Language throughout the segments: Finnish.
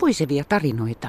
puisevia tarinoita.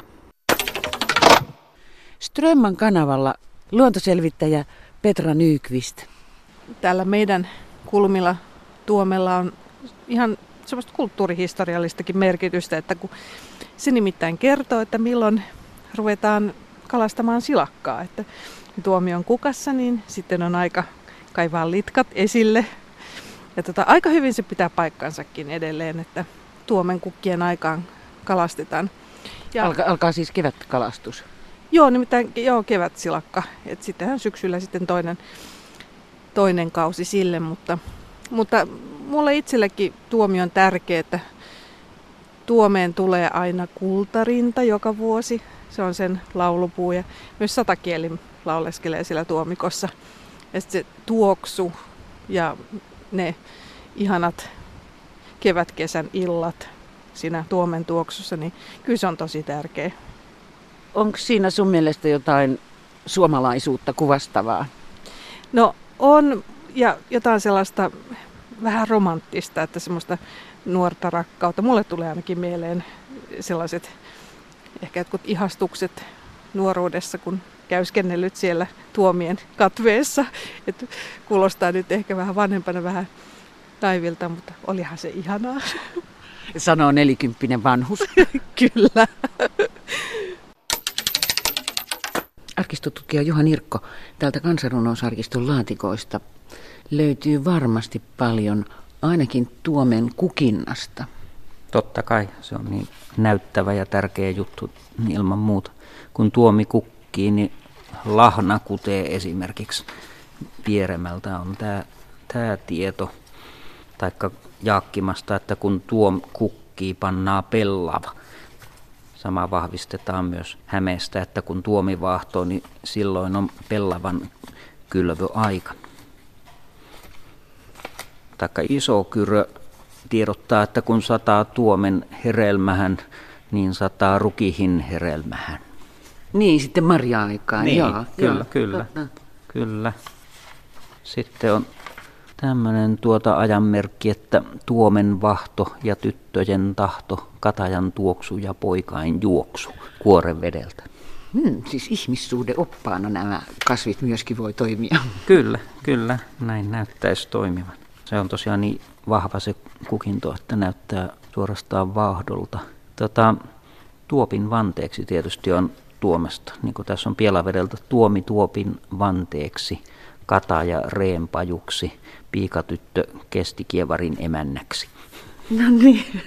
Strömman kanavalla luontoselvittäjä Petra Nyqvist. Täällä meidän kulmilla Tuomella on ihan semmoista kulttuurihistoriallistakin merkitystä, että kun se nimittäin kertoo, että milloin ruvetaan kalastamaan silakkaa. Että kun Tuomi on kukassa, niin sitten on aika kaivaa litkat esille. Ja aika hyvin se pitää paikkansakin edelleen, että Tuomen kukkien aikaan kalastetaan. Ja alkaa siis kevätkalastus? Joo, nimittäin kevätsilakka. Et sittenhän syksyllä sitten toinen kausi sille, mutta mulle itsellekin Tuomi on tärkeä, että Tuomeen tulee aina kultarinta joka vuosi. Se on sen laulupuu ja myös satakieli lauleskelee siellä Tuomikossa. Ja sitten se tuoksu ja ne ihanat kevätkesän illat siinä Tuomen tuoksussa, niin kyllä se on tosi tärkeä. Onko siinä sun mielestä jotain suomalaisuutta kuvastavaa? No on, ja jotain sellaista vähän romanttista, että semmoista nuorta rakkautta. Mulle tulee ainakin mieleen sellaiset ehkä jotkut ihastukset nuoruudessa, kun käyskennellyt siellä Tuomien katveessa. Et kuulostaa nyt ehkä vähän vanhempana, vähän naivilta, mutta olihan se ihanaa. Sanoo 40 vanhus. Kyllä. Arkistotutkija Juha Nirkko, täältä Kansanrunousarkiston laatikoista löytyy varmasti paljon ainakin Tuomen kukinnasta. Totta kai, se on niin näyttävä ja tärkeä juttu ilman muuta. Kun Tuomi kukkii, niin lahna kutee esimerkiksi Pieremältä on tämä tieto, taikka Jaakkimasta, että kun Tuom kukkii, pannaa pellava. Sama vahvistetaan myös Hämeestä, että kun Tuomi vaahtoo, niin silloin on pellavan kylvöaika. Taikka Isokyrö tiedottaa, että kun sataa Tuomen hedelmähän, niin sataa rukihin hedelmähän. Niin, sitten marja-aikaan. Niin, joo, kyllä. Sitten on tämmöinen ajanmerkki, että Tuomen vahto ja tyttöjen tahto, katajan tuoksu ja poikain juoksu kuoren vedeltä. Siis ihmissuhdeoppaana nämä kasvit myöskin voi toimia. Kyllä, näin näyttäisi toimivan. Se on tosiaan niin vahva se kukinto, että näyttää suorastaan vaahdolta. Tuopin vanteeksi tietysti on Tuomesta, niin kuin tässä on Pielavedeltä Tuomi Tuopin vanteeksi, kataja reenpajuksi, piikatyttö kesti kievarin emännäksi. No niin.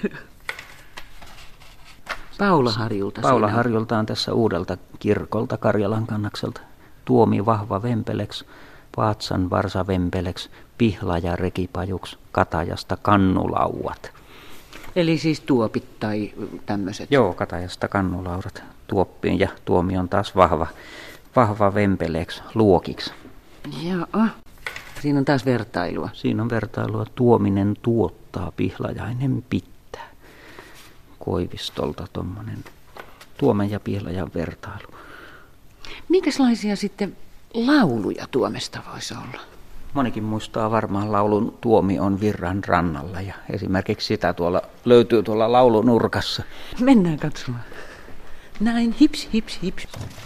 Paula Harjulta on tässä uudelta kirkolta Karjalan kannakselta. Tuomi vahva vempeleksi, Paatsan varsa vempeleksi, pihlaja rekipajuksi, katajasta kannulauat. Eli siis tuopit tai tämmöiset? Joo, katajasta kannulaudat tuoppiin ja Tuomi on taas vahva vempeleksi, luokiksi. Joo. Siinä on taas vertailua. Siinä on vertailua. Tuominen tuottaa, pihlajainen pitää. Koivistolta tuommoinen Tuomen ja pihlajan vertailu. Minkälaisia sitten lauluja Tuomesta voisi olla? Monikin muistaa varmaan laulun Tuomi on virran rannalla ja esimerkiksi sitä löytyy tuolla laulunurkassa. Mennään katsomaan. Näin hips, hips, hips.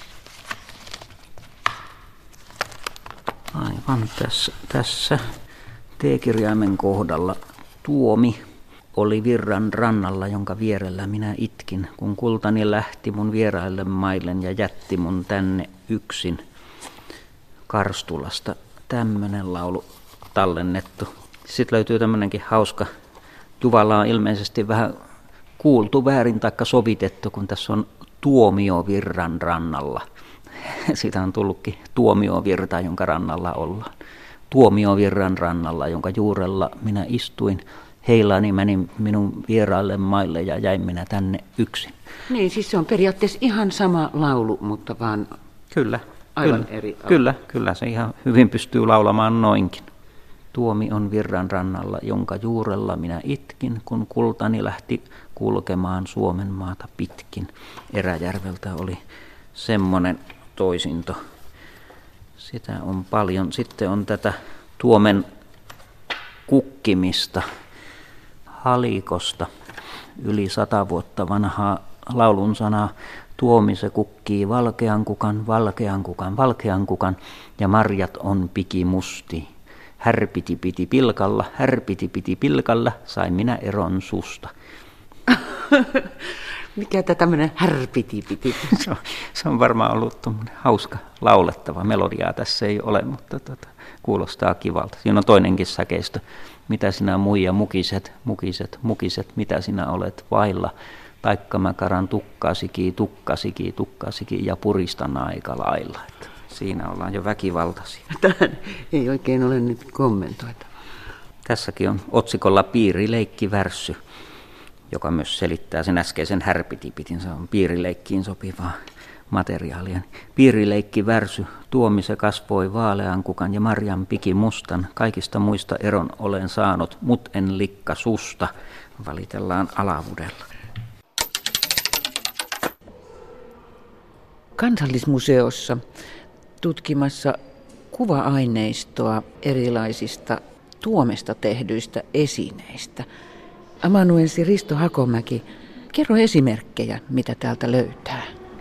Aivan tässä T-kirjaimen kohdalla Tuomi oli virran rannalla, jonka vierellä minä itkin, kun kultani lähti mun vieraille maillen ja jätti mun tänne yksin. Karstulasta tämmönen laulu tallennettu. Sitten löytyy tämmönenkin hauska. Juvalla on ilmeisesti vähän kuultu väärin taikka sovitettu, kun tässä on tuomio virran rannalla. Siitä on tullutkin tuomiovirta, jonka rannalla ollaan. Tuomiovirran rannalla, jonka juurella minä istuin. Heilani menin minun vieraille maille ja jäin minä tänne yksin. Niin, siis se on periaatteessa ihan sama laulu, mutta vaan aivan eri. Kyllä, se ihan hyvin pystyy laulamaan noinkin. Tuomi on virran rannalla, jonka juurella minä itkin, kun kultani lähti kulkemaan Suomen maata pitkin. Eräjärveltä oli semmoinen toisinto. Sitä on paljon. Sitten on tätä Tuomen kukkimista Halikosta. Yli 100 vuotta vanhaa laulun sana. Tuomi se kukkii valkean kukan, valkean kukan, valkean kukan, ja marjat on pikimusti. Härpiti piti pilkalla, sain minä eron susta. Mikä tämä tämmöinen härpiti? Se on varmaan ollut hauska laulettava melodiaa. Tässä ei ole, mutta kuulostaa kivalta. Siinä on toinenkin säkeistö. Mitä sinä muija mukiset, mitä sinä olet vailla. Taikka mä karan tukkasiki ja puristan aika lailla. Että siinä ollaan jo väkivaltaisia. Tähän ei oikein ole nyt kommentoita. Tässäkin on otsikolla piirileikkivärssy, joka myös selittää sen äskeisen härpitipitin. Se on piirileikkiin sopivaa materiaalia. Piirileikkivärsy, Tuomi se kasvoi vaalean kukan ja marjan piki mustan. Kaikista muista eron olen saanut, mut en likka susta. Valitellaan Alavudella. Kansallismuseossa tutkimassa kuva-aineistoa erilaisista tuomesta tehdyistä esineistä. Amanuensi Risto Hakomäki, kerro esimerkkejä, mitä täältä löytää.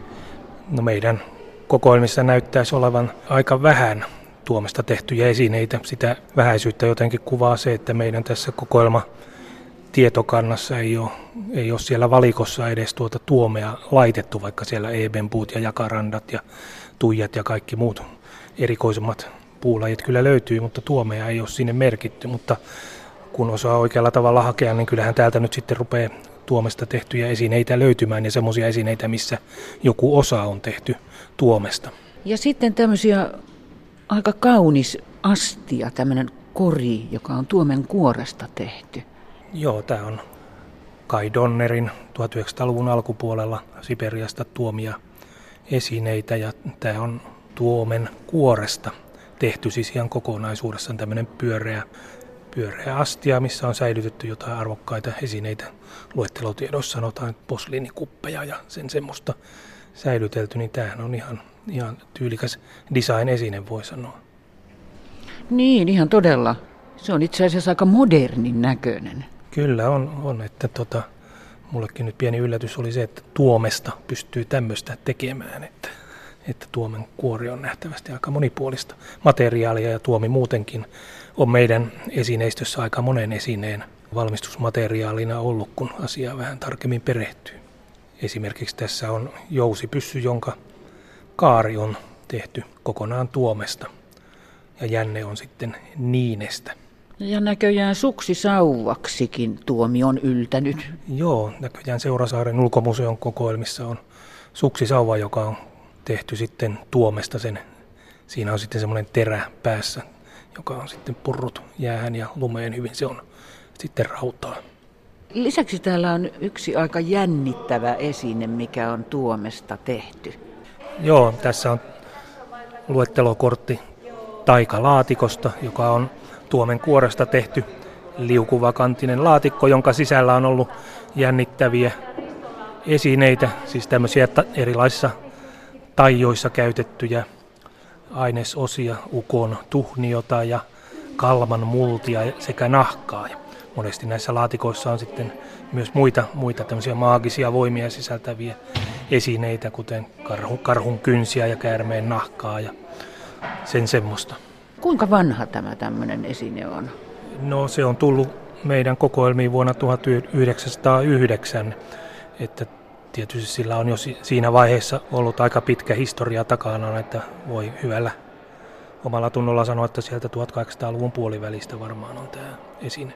No meidän kokoelmissa näyttäisi olevan aika vähän tuomesta tehtyjä esineitä. Sitä vähäisyyttä jotenkin kuvaa se, että meidän tässä kokoelma tietokannassa ei ole siellä valikossa edes tuota tuomea laitettu, vaikka siellä ebenpuut ja jakarandat ja tuijat ja kaikki muut erikoisemmat puulajit kyllä löytyy, mutta tuomea ei ole sinne merkitty. Mutta kun osaa oikealla tavalla hakea, niin kyllähän täältä nyt sitten rupeaa tuomesta tehtyjä esineitä löytymään ja semmoisia esineitä, missä joku osa on tehty tuomesta. Ja sitten tämmöisiä aika kaunis astia, tämmöinen kori, joka on tuomen kuoresta tehty. Joo, tämä on Kai Donnerin 1900-luvun alkupuolella Siperiasta tuomia esineitä ja tämä on tuomen kuoresta tehty siis ihan kokonaisuudessaan tämmöinen pyöreä astia, missä on säilytetty jotain arvokkaita esineitä. Luettelotiedoissa sanotaan posliinikuppeja ja sen semmoista säilytelty, niin tämähän on ihan tyylikäs design-esine, voi sanoa. Niin, ihan todella. Se on itse asiassa aika modernin näköinen. Kyllä on että mullekin nyt pieni yllätys oli se, että tuomesta pystyy tämmöistä tekemään, että tuomen kuori on nähtävästi aika monipuolista materiaalia ja tuomi muutenkin on meidän esineistössä aika monen esineen valmistusmateriaalina ollut, kun asiaa vähän tarkemmin perehtyy. Esimerkiksi tässä on jousipyssy, jonka kaari on tehty kokonaan tuomesta ja jänne on sitten niinestä. Ja näköjään suksisauvaksikin tuomi on yltänyt. Joo, näköjään Seurasaaren ulkomuseon kokoelmissa on suksisauva, joka on tehty sitten tuomesta. Siinä on sitten semmoinen terä päässä, joka on sitten purrut jäähän ja lumeen hyvin. Se on sitten rautaa. Lisäksi täällä on yksi aika jännittävä esine, mikä on tuomesta tehty. Joo, tässä on luettelokortti taikalaatikosta, joka on tuomen kuoresta tehty liukuvakantinen laatikko, jonka sisällä on ollut jännittäviä esineitä, siis tämmöisiä erilaisissa taijoissa käytettyjä ainesosia, ukon tuhniota ja kalman multia sekä nahkaa. Ja monesti näissä laatikoissa on sitten myös muita tämmöisiä maagisia voimia sisältäviä esineitä, kuten karhun kynsiä ja käärmeen nahkaa ja sen semmoista. Kuinka vanha tämä tämmöinen esine on? No se on tullut meidän kokoelmiin vuonna 1909, että tietysti sillä on jo siinä vaiheessa ollut aika pitkä historia takana, että voi hyvällä omalla tunnolla sanoa, että sieltä 1800-luvun puolivälistä varmaan on tämä esine.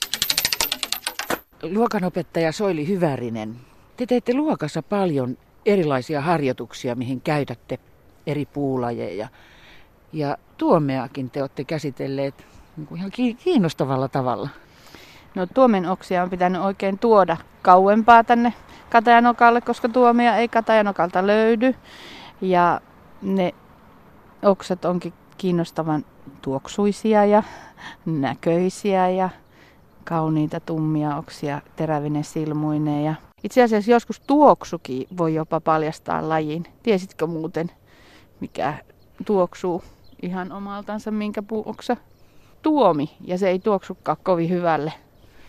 Luokanopettaja Soili Hyvärinen, te teette luokassa paljon erilaisia harjoituksia, mihin käytätte eri puulajeja. Ja tuomeakin te olette käsitelleet ihan kiinnostavalla tavalla. No tuomen oksia on pitänyt oikein tuoda kauempaa tänne Katajanokalle, koska tuomia ei Katajanokalta löydy. Ja ne oksat onkin kiinnostavan tuoksuisia ja näköisiä ja kauniita tummia oksia terävine silmuineen. Ja itse asiassa joskus tuoksukin voi jopa paljastaa lajin. Tiesitkö muuten, mikä tuoksuu ihan omaltansa, minkä puuoksa? Tuomi, ja se ei tuoksukaan kovin hyvälle.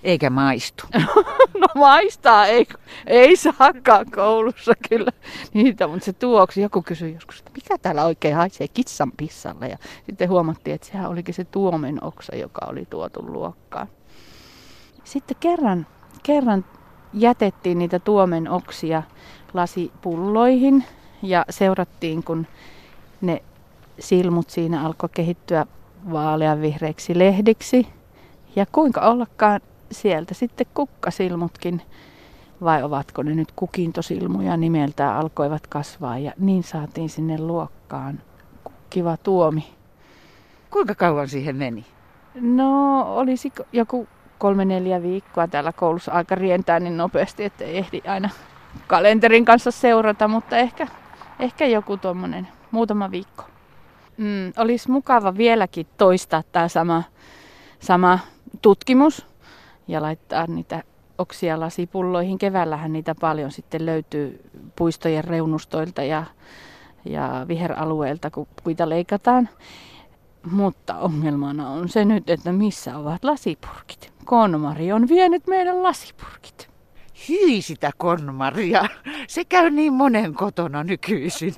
Eikä maistu. No maistaa, ei saakaan koulussa kyllä niitä, mutta se tuoksi. Joku kysyi joskus, että mikä täällä oikein haisee kissan pissalle. Ja sitten huomattiin, että sehän olikin se tuomen oksa, joka oli tuotu luokkaan. Sitten kerran jätettiin niitä tuomen oksia lasipulloihin ja seurattiin, kun ne silmut siinä alkoi kehittyä vaaleanvihreiksi lehdiksi. Ja kuinka ollakaan sieltä sitten kukkasilmutkin, vai ovatko ne nyt kukintosilmuja nimeltään, alkoivat kasvaa ja niin saatiin sinne luokkaan kiva tuomi. Kuinka kauan siihen meni? No olisi joku 3-4 viikkoa täällä koulussa, aika rientää niin nopeasti, että ei ehdi aina kalenterin kanssa seurata, mutta ehkä joku tuommoinen muutama viikko. Olisi mukava vieläkin toistaa tämä sama tutkimus ja laittaa niitä oksia lasipulloihin. Keväällähän niitä paljon sitten löytyy puistojen reunustoilta ja viheralueilta, kun puita leikataan. Mutta ongelmana on se nyt, että missä ovat lasipurkit. Konmari on vienyt meidän lasipurkit. Hyi sitä Konmaria. Se käy niin monen kotona nykyisin.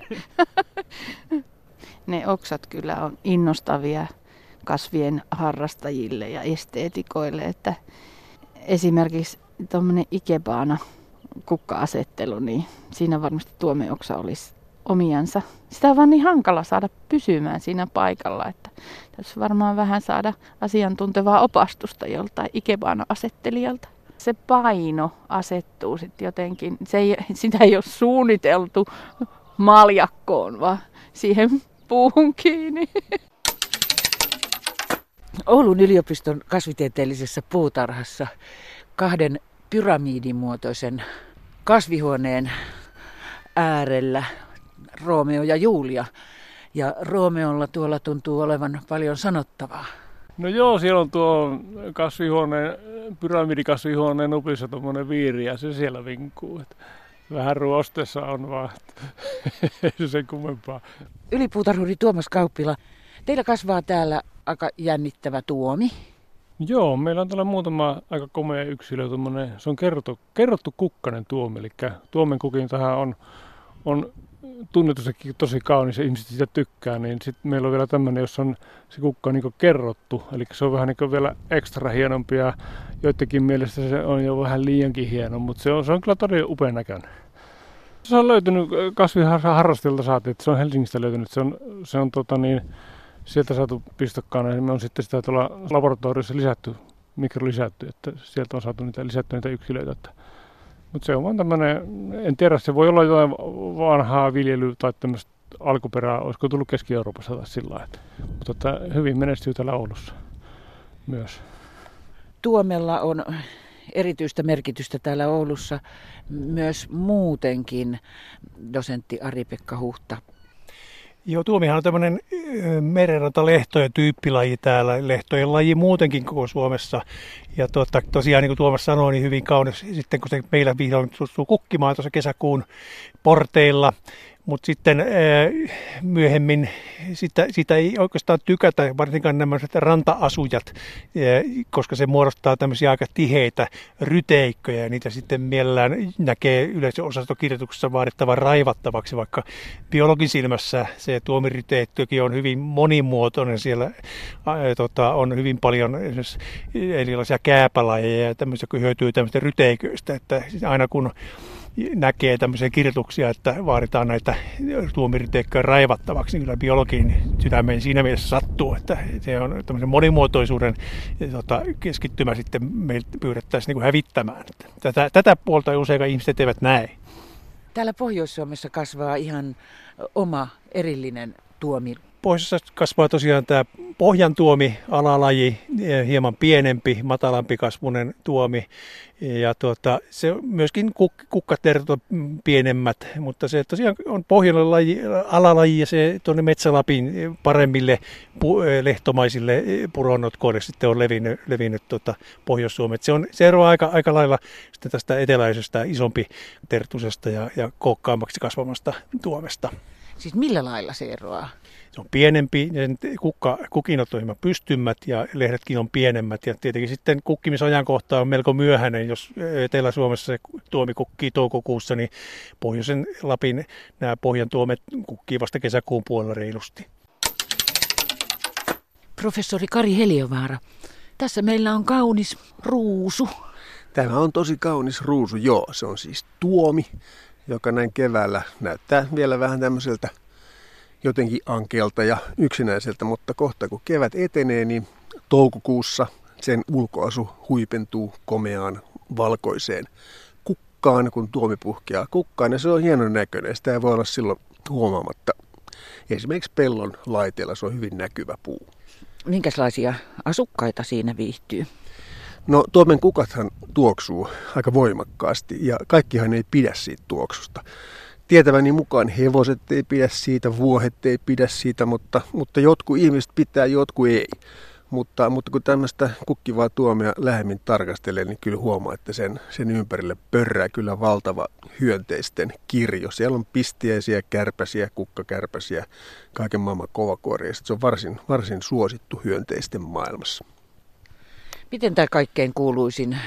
Ne oksat kyllä on innostavia kasvien harrastajille ja esteetikoille, että esimerkiksi tuommoinen ikebana kukka-asettelu, niin siinä varmasti tuomeoksa olisi omiansa. Sitä on vaan niin hankala saada pysymään siinä paikalla, että tässä varmaan vähän saada asiantuntevaa opastusta joltain ikebana-asettelijalta. Se paino asettuu sitten jotenkin, sitä ei ole suunniteltu maljakkoon, vaan siihen puuhun kiinni. Oulun yliopiston kasvitieteellisessä puutarhassa 2 pyramidimuotoisen kasvihuoneen äärellä Romeo ja Julia. Ja Romeolla tuolla tuntuu olevan paljon sanottavaa. No joo, siellä on tuo pyramidikasvihuoneen upissa tuommoinen viiri ja se siellä vinkuu. Vähän ruostessa on vaan, ei se sen kummempaa. Ylipuutarhuri Tuomas Kauppila, teillä kasvaa täällä aika jännittävä tuomi. Joo, meillä on täällä muutama aika komea yksilö, se on kerrottu kukkanen tuomi, eli tuomen kukintahan on tunnetustikin tosi kaunis ja ihmiset sitä tykkää, niin sitten meillä on vielä tämmöinen, jossa on se kukka niin kerrottu, eli se on vähän niin vielä ekstra hienompi ja joidenkin mielestä se on jo vähän liiankin hieno, mutta se on kyllä todella upean näköinen. Se on löytynyt kasviharrastajilta saatiin, että se on Helsingistä löytynyt, se on sieltä saatu pistokkaana ja me on sitten sitä tuolla laboratoriossa mikrolisätty, että sieltä on saatu lisättyä niitä yksilöitä. Mutta se on vaan tämmöinen, en tiedä, se voi olla jotain vanhaa viljelyä tai tämmöistä alkuperää, olisiko tullut Keski-Euroopassa tai sillä lailla. Mutta hyvin menestyy täällä Oulussa myös. Tuomella on erityistä merkitystä täällä Oulussa myös muutenkin, dosentti Ari-Pekka Huhta. Joo, tuomihan on tämmöinen merenrantalehtojen tyyppilaji täällä, lehtojen laji muutenkin koko Suomessa. Ja tosiaan, niin kuin Tuomas sanoi, niin hyvin kaunis sitten, kun se meillä vihdoin tutustuu kukkimaan tuossa kesäkuun porteilla. Mutta sitten myöhemmin sitä ei oikeastaan tykätä, varsinkaan nämä ranta-asujat, koska se muodostaa tämmöisiä aika tiheitä ryteikköjä ja niitä sitten mielellään näkee yleisöosastokirjoituksessa vaadittavan raivattavaksi, vaikka biologin silmässä se tuomiryteikkökin on hyvin monimuotoinen. Siellä on hyvin paljon erilaisia kääpälajeja ja tämmöisiä, kun hyötyy tämmöistä ryteiköistä, että aina kun näkee tämmöisiä kirjoituksia, että vaaditaan näitä tuomiryteikköjä raivattavaksi, niin kyllä biologin sydämeen siinä mielessä sattuu, että se on tämmöisen monimuotoisuuden keskittymä sitten meiltä pyydettäisiin niin kuin hävittämään. Tätä puolta usein ihmiset eivät näe. Täällä Pohjois-Suomessa kasvaa ihan oma erillinen tuomi. Pohjoisessa kasvaa tosiaan tämä pohjantuomi, alalaji, hieman pienempi, matalampi kasvunen tuomi. Ja se myöskin kukkatertot on pienemmät, mutta se tosiaan on pohjalaji, alalaji ja se tuonne Metsä-Lapin paremmille lehtomaisille puronnotkoille sitten on levinnyt Pohjois-Suomeen. Se eroaa aika lailla sitten tästä eteläisestä isompi tertusesta ja kookkaammaksi kasvamasta tuomesta. Siis millä lailla se eroaa? Se on pienempi, kukinot on hieman pystymmät ja lehdetkin on pienemmät. Ja tietenkin sitten kukkimisajankohta on melko myöhäinen. Jos Etelä-Suomessa se tuomi kukkii toukokuussa, niin pohjoisen Lapin nämä pohjan tuomet kukkii vasta kesäkuun puolella reilusti. Professori Kari Heliövaara, tässä meillä on kaunis ruusu. Tämä on tosi kaunis ruusu, joo. Se on siis tuomi, joka näin keväällä näyttää vielä vähän tämmöiseltä jotenkin ankealta ja yksinäiseltä, mutta kohta kun kevät etenee, niin toukokuussa sen ulkoasu huipentuu komeaan valkoiseen kukkaan, kun tuomi puhkeaa kukkaan, ja se on hienon näköinen. Sitä ei voi olla silloin huomaamatta. Esimerkiksi pellon laiteella se on hyvin näkyvä puu. Minkälaisia asukkaita siinä viihtyy? No tuomen kukathan tuoksuu aika voimakkaasti ja kaikkihan ei pidä siitä tuoksusta. Tietäväni mukaan hevoset ei pidä siitä, vuohet ei pidä siitä, mutta jotkut ihmiset pitää, jotkut ei. Mutta kun tämmöistä kukkivaa tuomea lähemmin tarkastelee, niin kyllä huomaa, että sen ympärille pörrää kyllä valtava hyönteisten kirjo. Siellä on pistiäisiä, kärpäsiä, kukkakärpäsiä, kaiken maailman kovakuoria. Se on varsin suosittu hyönteisten maailmassa. Miten tämä kaikkein kuuluisin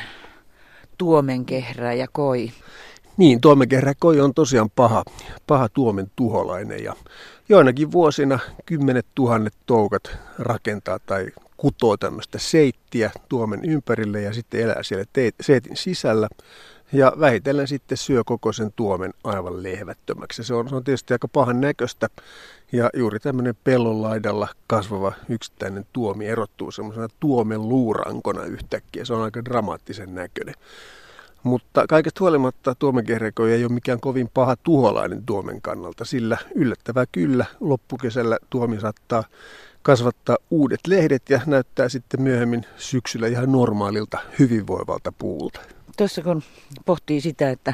tuomenkehrääjä koi? Niin, tuomenkehrääjäkoi on tosiaan paha tuomen tuholainen ja joinakin vuosina 10 000 toukat rakentaa tai kutoo tämmöistä seittiä tuomen ympärille ja sitten elää siellä seitin sisällä ja vähitellen sitten syö koko sen tuomen aivan lehvättömäksi. Se on tietysti aika pahan näköistä ja juuri tämmöinen pellon laidalla kasvava yksittäinen tuomi erottuu semmoisena tuomen luurankona yhtäkkiä. Se on aika dramaattisen näköinen. Mutta kaikesta huolimatta tuomenkehrääjäkoi ei ole mikään kovin paha tuholainen tuomen kannalta, sillä yllättävää kyllä loppukesällä tuomi saattaa kasvattaa uudet lehdet ja näyttää sitten myöhemmin syksyllä ihan normaalilta hyvinvoivalta puulta. Tuossa kun pohtii sitä, että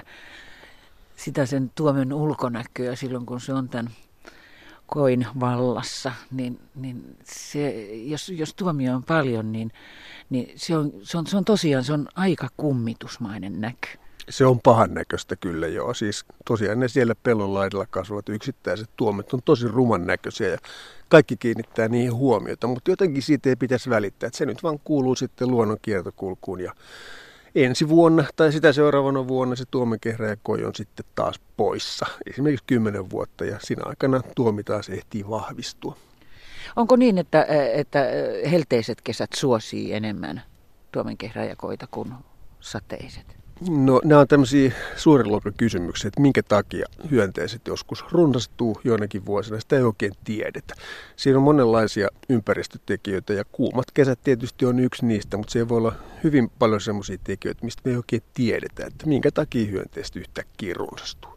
sitä sen tuomen ulkonäköä silloin kun se on tämän koin vallassa, niin se, jos tuomio on paljon, niin se on tosiaan se on aika kummitusmainen näky. Se on pahan näköistä kyllä joo. Siis tosiaan ne siellä pellon laidalla kasvavat yksittäiset tuomet on tosi ruman näköisiä ja kaikki kiinnittää niihin huomiota, mutta jotenkin siitä ei pitäisi välittää, että se nyt vaan kuuluu sitten luonnon kiertokulkuun ja ensi vuonna tai sitä seuraavana vuonna se tuomenkehrääjäkoi on sitten taas poissa, esimerkiksi 10 vuotta ja siinä aikana tuomi taas ehtii vahvistua. Onko niin, että helteiset kesät suosii enemmän tuomenkehrääjäkoita kuin sateiset? No nämä on tämmöisiä suuren luokan kysymyksiä, että minkä takia hyönteiset joskus runsastuu joinakin vuosina, sitä ei oikein tiedetä. Siinä on monenlaisia ympäristötekijöitä ja kuumat kesät tietysti on yksi niistä, mutta se voi olla hyvin paljon semmoisia tekijöitä, mistä me ei oikein tiedetä, että minkä takia hyönteiset yhtäkkiä runsastuu.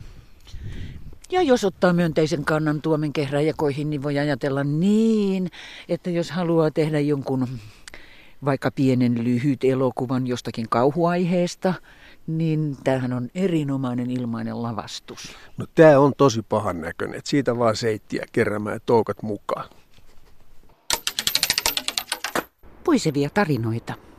Ja jos ottaa myönteisen kannan tuomenkehrääjäkoihin, niin voi ajatella niin, että jos haluaa tehdä jonkun vaikka pienen lyhyt elokuvan jostakin kauhuaiheesta, niin tämähän on erinomainen ilmainen lavastus. No tämä on tosi pahan näköinen, että siitä vaan seittiä keräämään ja toukat mukaan. Puisevia tarinoita.